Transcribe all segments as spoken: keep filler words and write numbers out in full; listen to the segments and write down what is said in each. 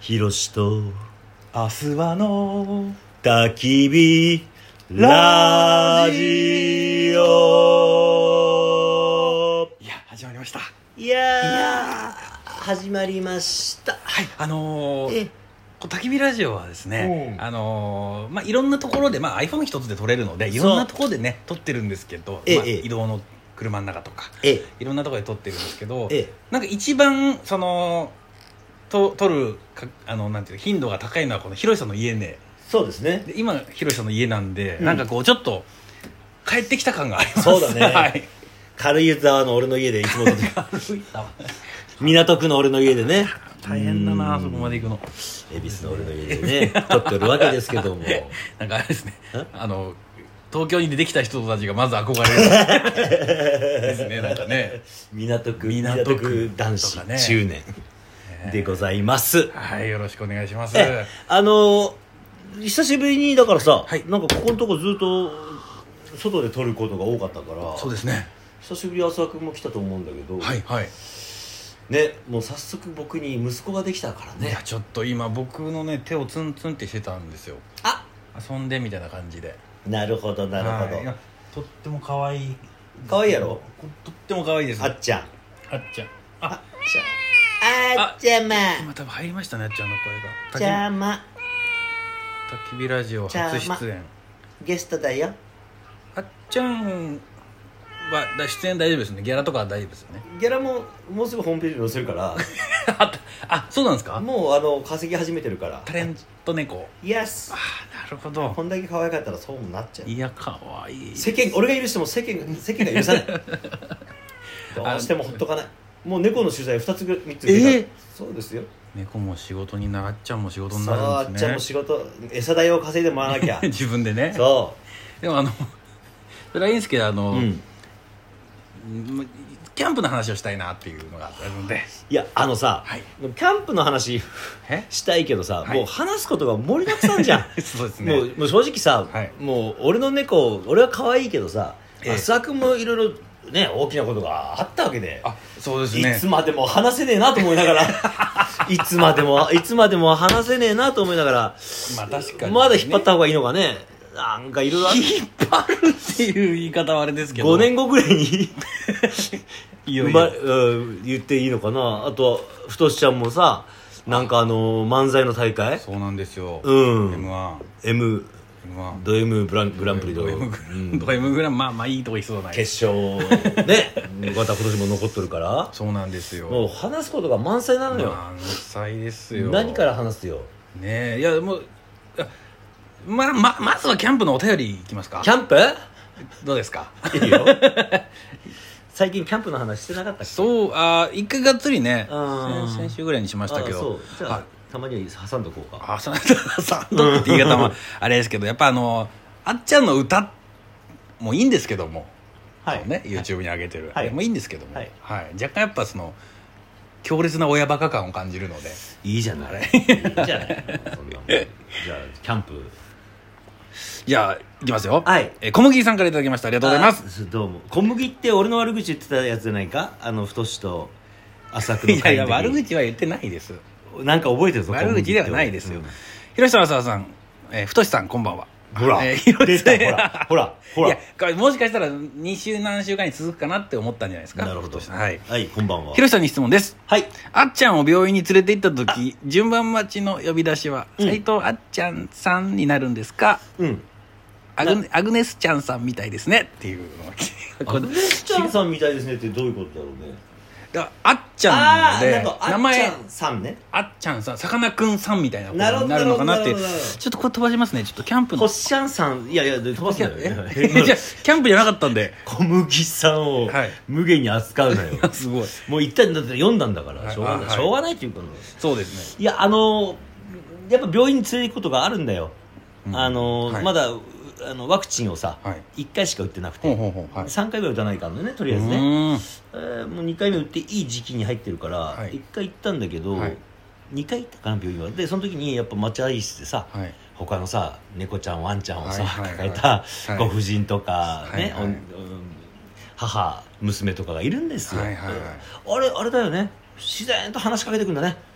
ひろしと明日はの焚き火ラジオ。 いや始まりました。 いやーいや始まりました。 はいあのー、 えこう焚き火ラジオはですね、 うんあのーまあ、いろんなところで、まあ、iPhone 一つで撮れるのでいろんなところでね撮ってるんですけど、まあ、 ええ移動の車の中とかえいろんなところで撮ってるんですけど、 えなんか一番そのと撮るかあのなんていうの頻度が高いのはこのひろしさんの家ね。 そうですね。 で今ひろしさんの家なんで、 うんなんかこうちょっと帰ってきた感があります。 そうだねはい軽井沢の俺の家でいつもと港区の俺の家でね大変だな、そこまで行くの。 恵比寿の俺の家でね撮ってるわけですけどもなんかあれですねえあの東京に出てきた人たちがまず憧れるですね。なんかね港区港区男子とかね中年でございます。 はいよろしくお願いします。 えあの久しぶりにだからさ、 はいなんかここのとこずっと外で撮ることが多かったからそうですね。 久しぶりに浅田君も来たと思うんだけど、 はいはい。 ね、もう早速僕に息子ができたからね。 いやちょっと今僕のね手をツンツンってしてたんですよ。 あ遊んでみたいな感じで。 なるほどなるほど、 はいいやとっても可愛い。 可愛いやろ。 とっても可愛いです。 あっちゃんあっちゃん。ああっちゃんあっちゃま今多分入りましたねあっちゃんの声が。 邪魔焚き火ラジオ初出演。 ゲストだよ。 あっちゃんはだ出演大丈夫ですね。ギャラとかは大丈夫ですよね。 ギャラももうすぐホームページに載せるからああそうなんですか。 もうあの稼ぎ始めてるからタレント猫。 イエスああなるほど。 こんだけ可愛かったらそうなっちゃう。 いや可愛い。 世間俺が許しても世間世間が許さないどうしてもほっとかない。もう猫の取材ふたつぐみっつ受けた、 えーそうですよ。 猫も仕事にならっちゃんも仕事にそうなるんですね。 あっちゃんも仕事餌代を稼いでもらわなきゃ自分でね。 そでもあのそれはいいんですけどあの、 う、うん、 キャンプの話をしたいなっていうのがあるので。 いやあのさ、 はいキャンプの話えしたいけどさ、 はいもう話すことが盛りだくさんじゃんそうですね。 もうもう正直さ、 はいもう俺の猫俺は可愛いけどさええ浅田君もいろいろね大きなことがあったわけで、 あそうですね。 いつまでも話せねえなと思いながらいつまでもいつまでも話せねえなと思いながら、 まあ確かに、ね、 まだ引っ張った方がいいのかね。なんかいろいろ引っ張るっていう言い方はあれですけどごねんごぐらいにいよいよ、 まうん、言っていいのかな。あと太ちゃんもさなんかあの漫才の大会そうなんですよ、 うんエムワン M エムワンド M グラングランプリのド M グラうんンド M グランまあまあいいとこいそうない。 決勝ねまた今年も残っとるからそうなんですよ。 もう話すことが満載なのよ。 満載ですよ。 何から話すよ。 ねえいやもういやまままずはキャンプのお便りいきますか。 キャンプどうですか。 いいよ最近キャンプの話してなかったっけ。 そうあ一回がっつりねうん先先週ぐらいにしましたけど。 あそうじゃあ、 はいたまには挟んどこうか。 あそのサンドって言い方もあれですけどやっぱあのあっちゃんの歌もいいんですけども、 はいね、YouTube に上げてる、 はいあれもいいんですけども、 はいはい、若干やっぱその強烈な親バカ感を感じるので。 いいじゃないいいじゃないそんなもんじゃあキャンプじゃあいきますよ。 はいえー小麦さんからいただきました。ありがとうございます。 あどうも。小麦って俺の悪口言ってたやつじゃないか。あの太と浅くのいやいや会の時悪口は言ってないです。 なんか覚えてるぞ。 悪口ではないですよ。 うんひろしさん浅田さん、えー、太さんこんばんは。 ほら、 えーひろしさん出たほらほらほらいやこれもしかしたらに週何週間に続くかなって思ったんじゃないですか。 なるほど。 はい。 はい、こんばんは。 ひろしさんに質問です。 はい。 あっちゃんを病院に連れて行った時順番待ちの呼び出しはうん斉藤あっちゃんさんになるんですか、 うん。 アグネアグネスちゃんさんみたいですねっていうのが来てアグネスちゃんさんみたいですねってどういうことだろうね。 だからあっちゃんああ、 でなんかあっち名前ゃんさんね。 あっちゃんさんさかなクンさんみたいなことなるほどになるのかなっていうなるほどなるほどちょっとこれ飛ばしますね。ちょっとキャンプのほっしゃんさん、いやいや飛ばすなよ。 えじゃあキャンプじゃなかったんで小麦さんをはい無限に扱うなよ。 すごいもう一旦だって読んだんだから、 はいしょうがない、 あはいしょうがないっていうかね。 そうですね。 いやあのやっぱ病院に連れて行くことがあるんだよ。 うんあの、 はいまだあのワクチンをさ、 はいいっかいしか打ってなくて、 ほうほうほうはいさんかいぐらい打たないかんのねとりあえずうね、 ーんえーもうにかいめ打っていい時期に入ってるから、 はいいっかい行ったんだけど、 はいにかい行ったかな病院は。でその時にやっぱ待合室でさ、 はい他のさ猫ちゃんワンちゃんをさ、 はいはいはい抱えたはいご婦人とか、ね、 はいはいおうん母娘とかがいるんですよ、 はいはいはいあれあれだよね、自然と話しかけてくんだね。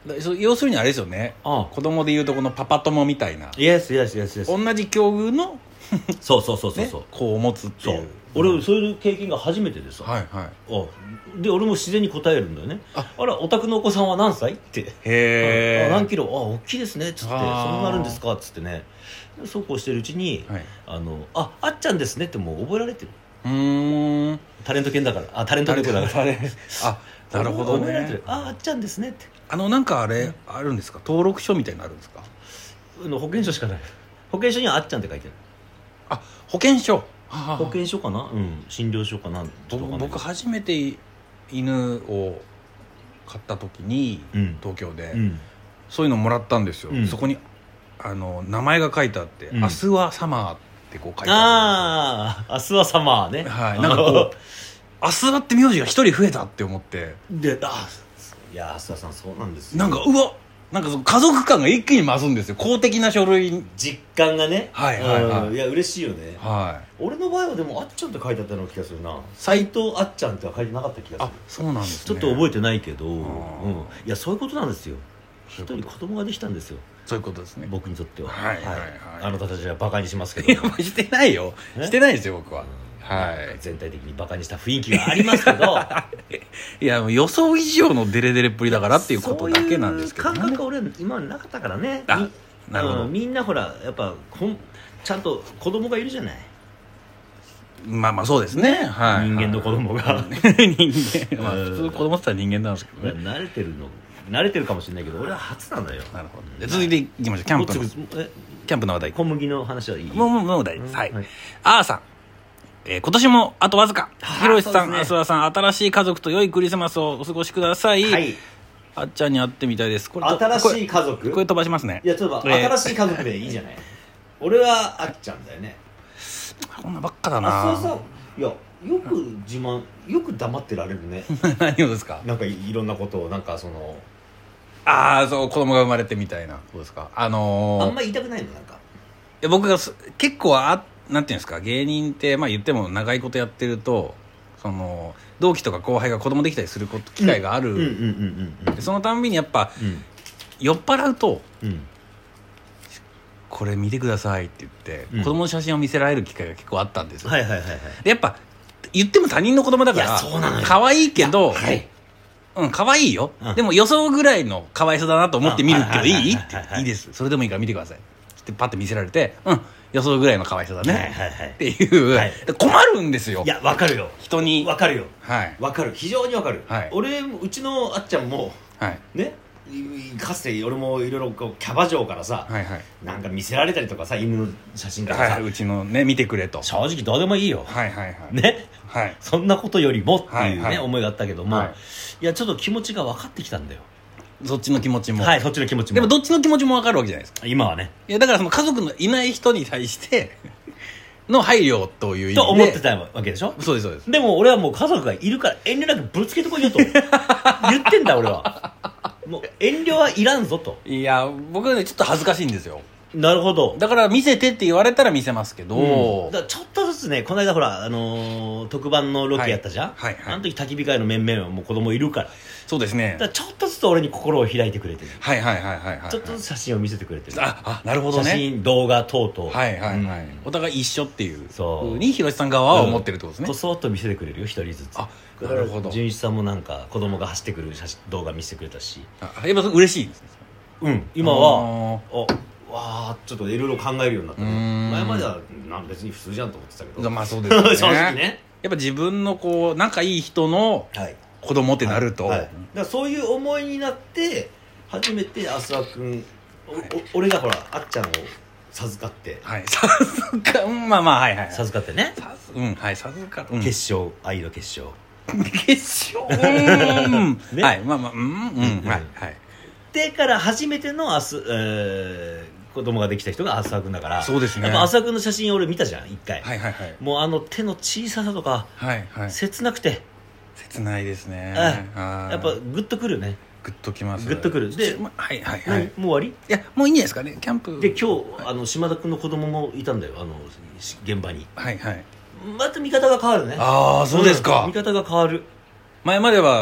だそう要するにあれですよね、 ああ子供でいうとこのパパ友みたいなイエスイエスイエスイエス同じ境遇のそうそうそうそうねそう、 子を持つってそいうう俺そういう経験が初めてでさ、 はいはいあで俺も自然に答えるんだよね。ああらお宅のお子さんは何歳ってへえあ何キロあ大きいですねっつってそんあーなあるんですかっつってね、そうこうしてるうちに、 はいあのああっちゃんですねってもう覚えられてる。 うーんタレント犬だからあタレント猫だからあなるほど覚えられてねる。ああっちゃんですねってあのなんかあれあるんですか登録書みたいなのあるんですかあの保険証しかない。保険証にはあっちゃんって書いてある。 あ保険証保険証かな、うん診療証かな、ちょっとわかんないけど僕初めて犬を買った時に、 うん東京で、 うんそういうのもらったんですよ、 うんそこにあの名前が書いてあって「 うん明日はサマー」ってこう書いてあああ明日はサマーね。 るんですよはいなんかこう「明日は」って名字が一人増えたって思ってであいや浅田さんそうなんですよ。 なんかうわなんかその家族感が一気に増すんですよ公的な書類実感がね。 はいはいはいうんいや嬉しいよね。 はい俺の場合はでもあっちゃんって書いてあったような気がするな。斎藤あっちゃんっては書いてなかった気がすある。 そうなんですねちょっと覚えてないけど、うん、いーやそういうことなんですよ。一そういうこと人子供ができたんですよそういうことですね僕にとっては。 はいはいはいあなたたちはバカにしますけいやどもうしてないよえしてないですよ僕はうんはい全体的にバカにした雰囲気がありますけどいやもう予想以上のデレデレっぷりだからっていうことだけなんですけどそういう感覚が俺今までなかったからね。 あみなるほどうんみんなほらやっぱほんちゃんと子供がいるじゃない、 まあまあそうですね、はい、 人間の子供が、 人間まあうん普通子供って言ったら人間なんですけどね慣れてるの慣れてるかもしれないけど俺は初なのよ。 なるほどで続いていきましょうキャンプのもうすぐえキャンプの話題小麦の話はいい。 もうもうもう大丈夫です、はい、 はいあーさん、えー今年もあとわずかあーひろしさん、 そうですねあすわさん新しい家族と良いクリスマスをお過ごしください、 はいあっちゃんに会ってみたいですこれと新しい家族これこれ飛ばしますねいやちょっと待って、 えー新しい家族でいいじゃない俺はあっちゃんだよね。 こんなばっかだあなそうそういやよく自慢よく黙ってられるね何をですかなんかいろんなことをなんかそのああそう子供が生まれてみたいなそうですかあのーあんま言いたくないのなんかいや僕がす結構あなんていうんですか芸人ってまあ言っても長いことやってるとその同期とか後輩が子供できたりすること機会がある、 うんうんうんうんでそのたんびにやっぱうん酔っ払うとうんこれ見てくださいって言って、 うん子供の写真を見せられる機会が結構あったんですよ、 はいはいはいはいでやっぱ言っても他人の子供だかいやらそうなのよ可愛いけどはいうん可愛いよ、 うんでも予想ぐらいの可愛さだなと思って見るけどうんいいはいはいはいはいいいですそれでもいいから見てくださいってパッて見せられてうん予想ぐらいの可愛さだね、 はいはいはいっていう、 はいで困るんですよいやわかるよ人にわかるよはいわかる非常にわかる、 はい俺もうちのあっちゃんもはいねいかつて俺もいろいろこうキャバ嬢からさ、 はいはいなんか見せられたりとかさ犬の写真とかさ、 はい、うちのね見てくれと正直どうでもいいよ、 はいはいはいねはいそんなことよりもっていうね、 はいはい思いがあったけども、 はいい、やちょっと気持ちが分かってきたんだよ。 そっちの気持ちも、 はいそっちの気持ちもでもどっちの気持ちも分かるわけじゃないですか今はねいやだからその家族のいない人に対しての配慮という意味でと思ってたわけでしょ。 そうですそうですでも俺はもう家族がいるから遠慮なくぶつけてこいよと言ってんだ俺は。もう遠慮はいらんぞと。 いや僕はねちょっと恥ずかしいんですよなるほど。 だから見せてって言われたら見せますけど、 うんだからちょっとずつねこの間ほら、あのー特番のロケやったじゃん、 はいはいはいあの時焚き火会の面々はもう子供いるからそうですねだからちょっとずつ俺に心を開いてくれてる、 はいはいはいはいはいちょっとずつ写真を見せてくれてる。 ああなるほどね写真動画等々 はいはいはい、 うんお互い一緒っていうそうふうに広瀬さん側は思ってるってことですね、 こそっと見せてくれるよ一人ずつ。 あだからなるほど純一さんもなんか子供が走ってくる写真動画見せてくれたし、 あやっぱ嬉しいですねうん今はあわあちょっといろいろ考えるようになったね。 うーん前まではなん別に普通じゃんと思ってたけど、 まあそうですよね正直ね。 やっぱ自分のこう仲いい人のはい子供ってなると、 はいはいだからそういう思いになって初めてあすわくん、おお俺がほらあっちゃんを授かってはいさすがうんまあまあはいはいはい授かってね、 さすうんはいさすが、うん、 決勝愛の決勝決勝うん、 ねはいまあまあうんうん、 うんはいはいでから初めてのあす、えー、子供ができた人があすわくんだからそうですねやっぱあすわくんの写真俺見たじゃん一回、 はいはいはいもうあの手の小ささとかはいはい切なくて、 切ないですねああーやっぱグッとくるね。 グッときますグッとくるでまはいはいは何いもう終わいやもういいんじゃないですかねキャンプりで今日あの島田君の子供もいたんだよあのし現場に。 はいはいまた見方が変わるね。 ああそうですか、 ん見方が変わる。 前までは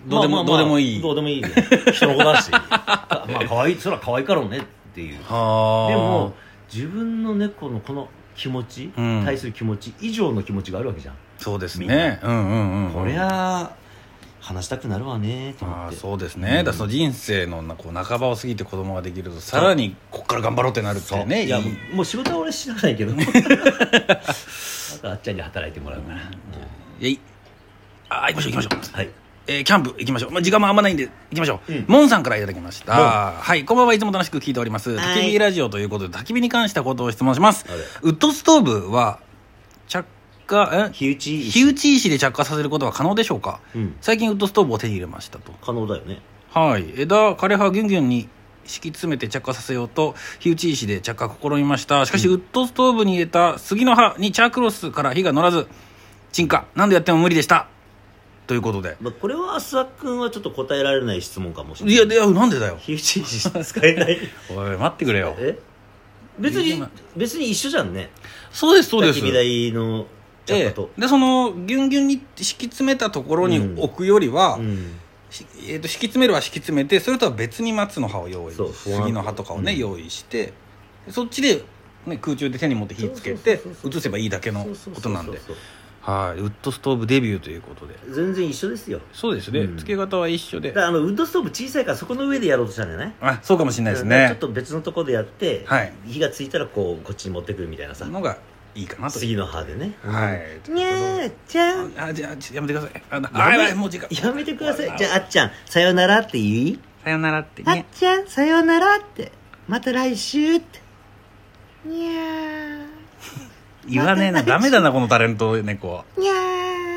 どうでも、 まあまあまあどうでもいいどうでもいいね人の子だしまあ可愛いそれは可愛いからねっていう。 はあでも自分の猫のこの気持ち、うん、対する気持ち以上の気持ちがあるわけじゃん。 そうですね。うんうんうん、うん、 こりゃ話したくなるわねと思って。 あそうですね、うん、だその人生のこう半ばを過ぎて子供ができるとさらにこっから頑張ろうってなるってね。 いやもう仕事は俺しなくないけどなんかあっちゃんに働いてもらうから、 うん、いあ行きましょう行きましょう、はいえー、キャンプ行きましょう、まあ、時間もあんまないんで行きましょう、うん、モンさんからいただきました、はいこんばんはいつも楽しく聞いております焚き火ラジオということで焚き火に関したことを質問します。ウッドストーブは着火火打ち石火打ち石で着火させることは可能でしょうか、うん、最近ウッドストーブを手に入れましたと。 可能だよね。 はい枝枯葉ギュンギュンに敷き詰めて着火させようと火打ち石で着火を試みました。しかし、うん、ウッドストーブに入れた杉の葉にチャークロスから火が乗らず鎮火何度やっても無理でしたということで、 まあ、これは浅田君はちょっと答えられない質問かもしれない。 いやいやなんでだよ火打ち石使えないおい待ってくれよ。え別に別に一緒じゃんね。 そうですそうです。 焚き火台の着火と、 ええ、でそのギュンギュンに敷き詰めたところに置くよりは、うんうんえー、と敷き詰めるは敷き詰めてそれとは別に松の葉を用意杉の葉とかをね、うん、用意してそっちで、ね、空中で手に持って火つけて移せばいいだけのことなんで、はいウッドストーブデビューということで全然一緒ですよ。 そうですね、うん、付け方は一緒でだあのウッドストーブ小さいからそこの上でやろうとしたんじゃない。 あそうかもしれないですね。 ちょっと別のところでやって、はい、火がついたらこうこっちに持ってくるみたいなさのがいいかなと。 杉の葉でね。 はい。にゃーちゃん。あ、じゃあ、やめてください。あ、あやばい、もう時間。 やめてください。じゃあ、あっちゃん、さよならって言いさよならって。 あっちゃん、さよならって。また来週って。にゃー。 言わねえな、ダメだな、このタレント猫。 にゃー。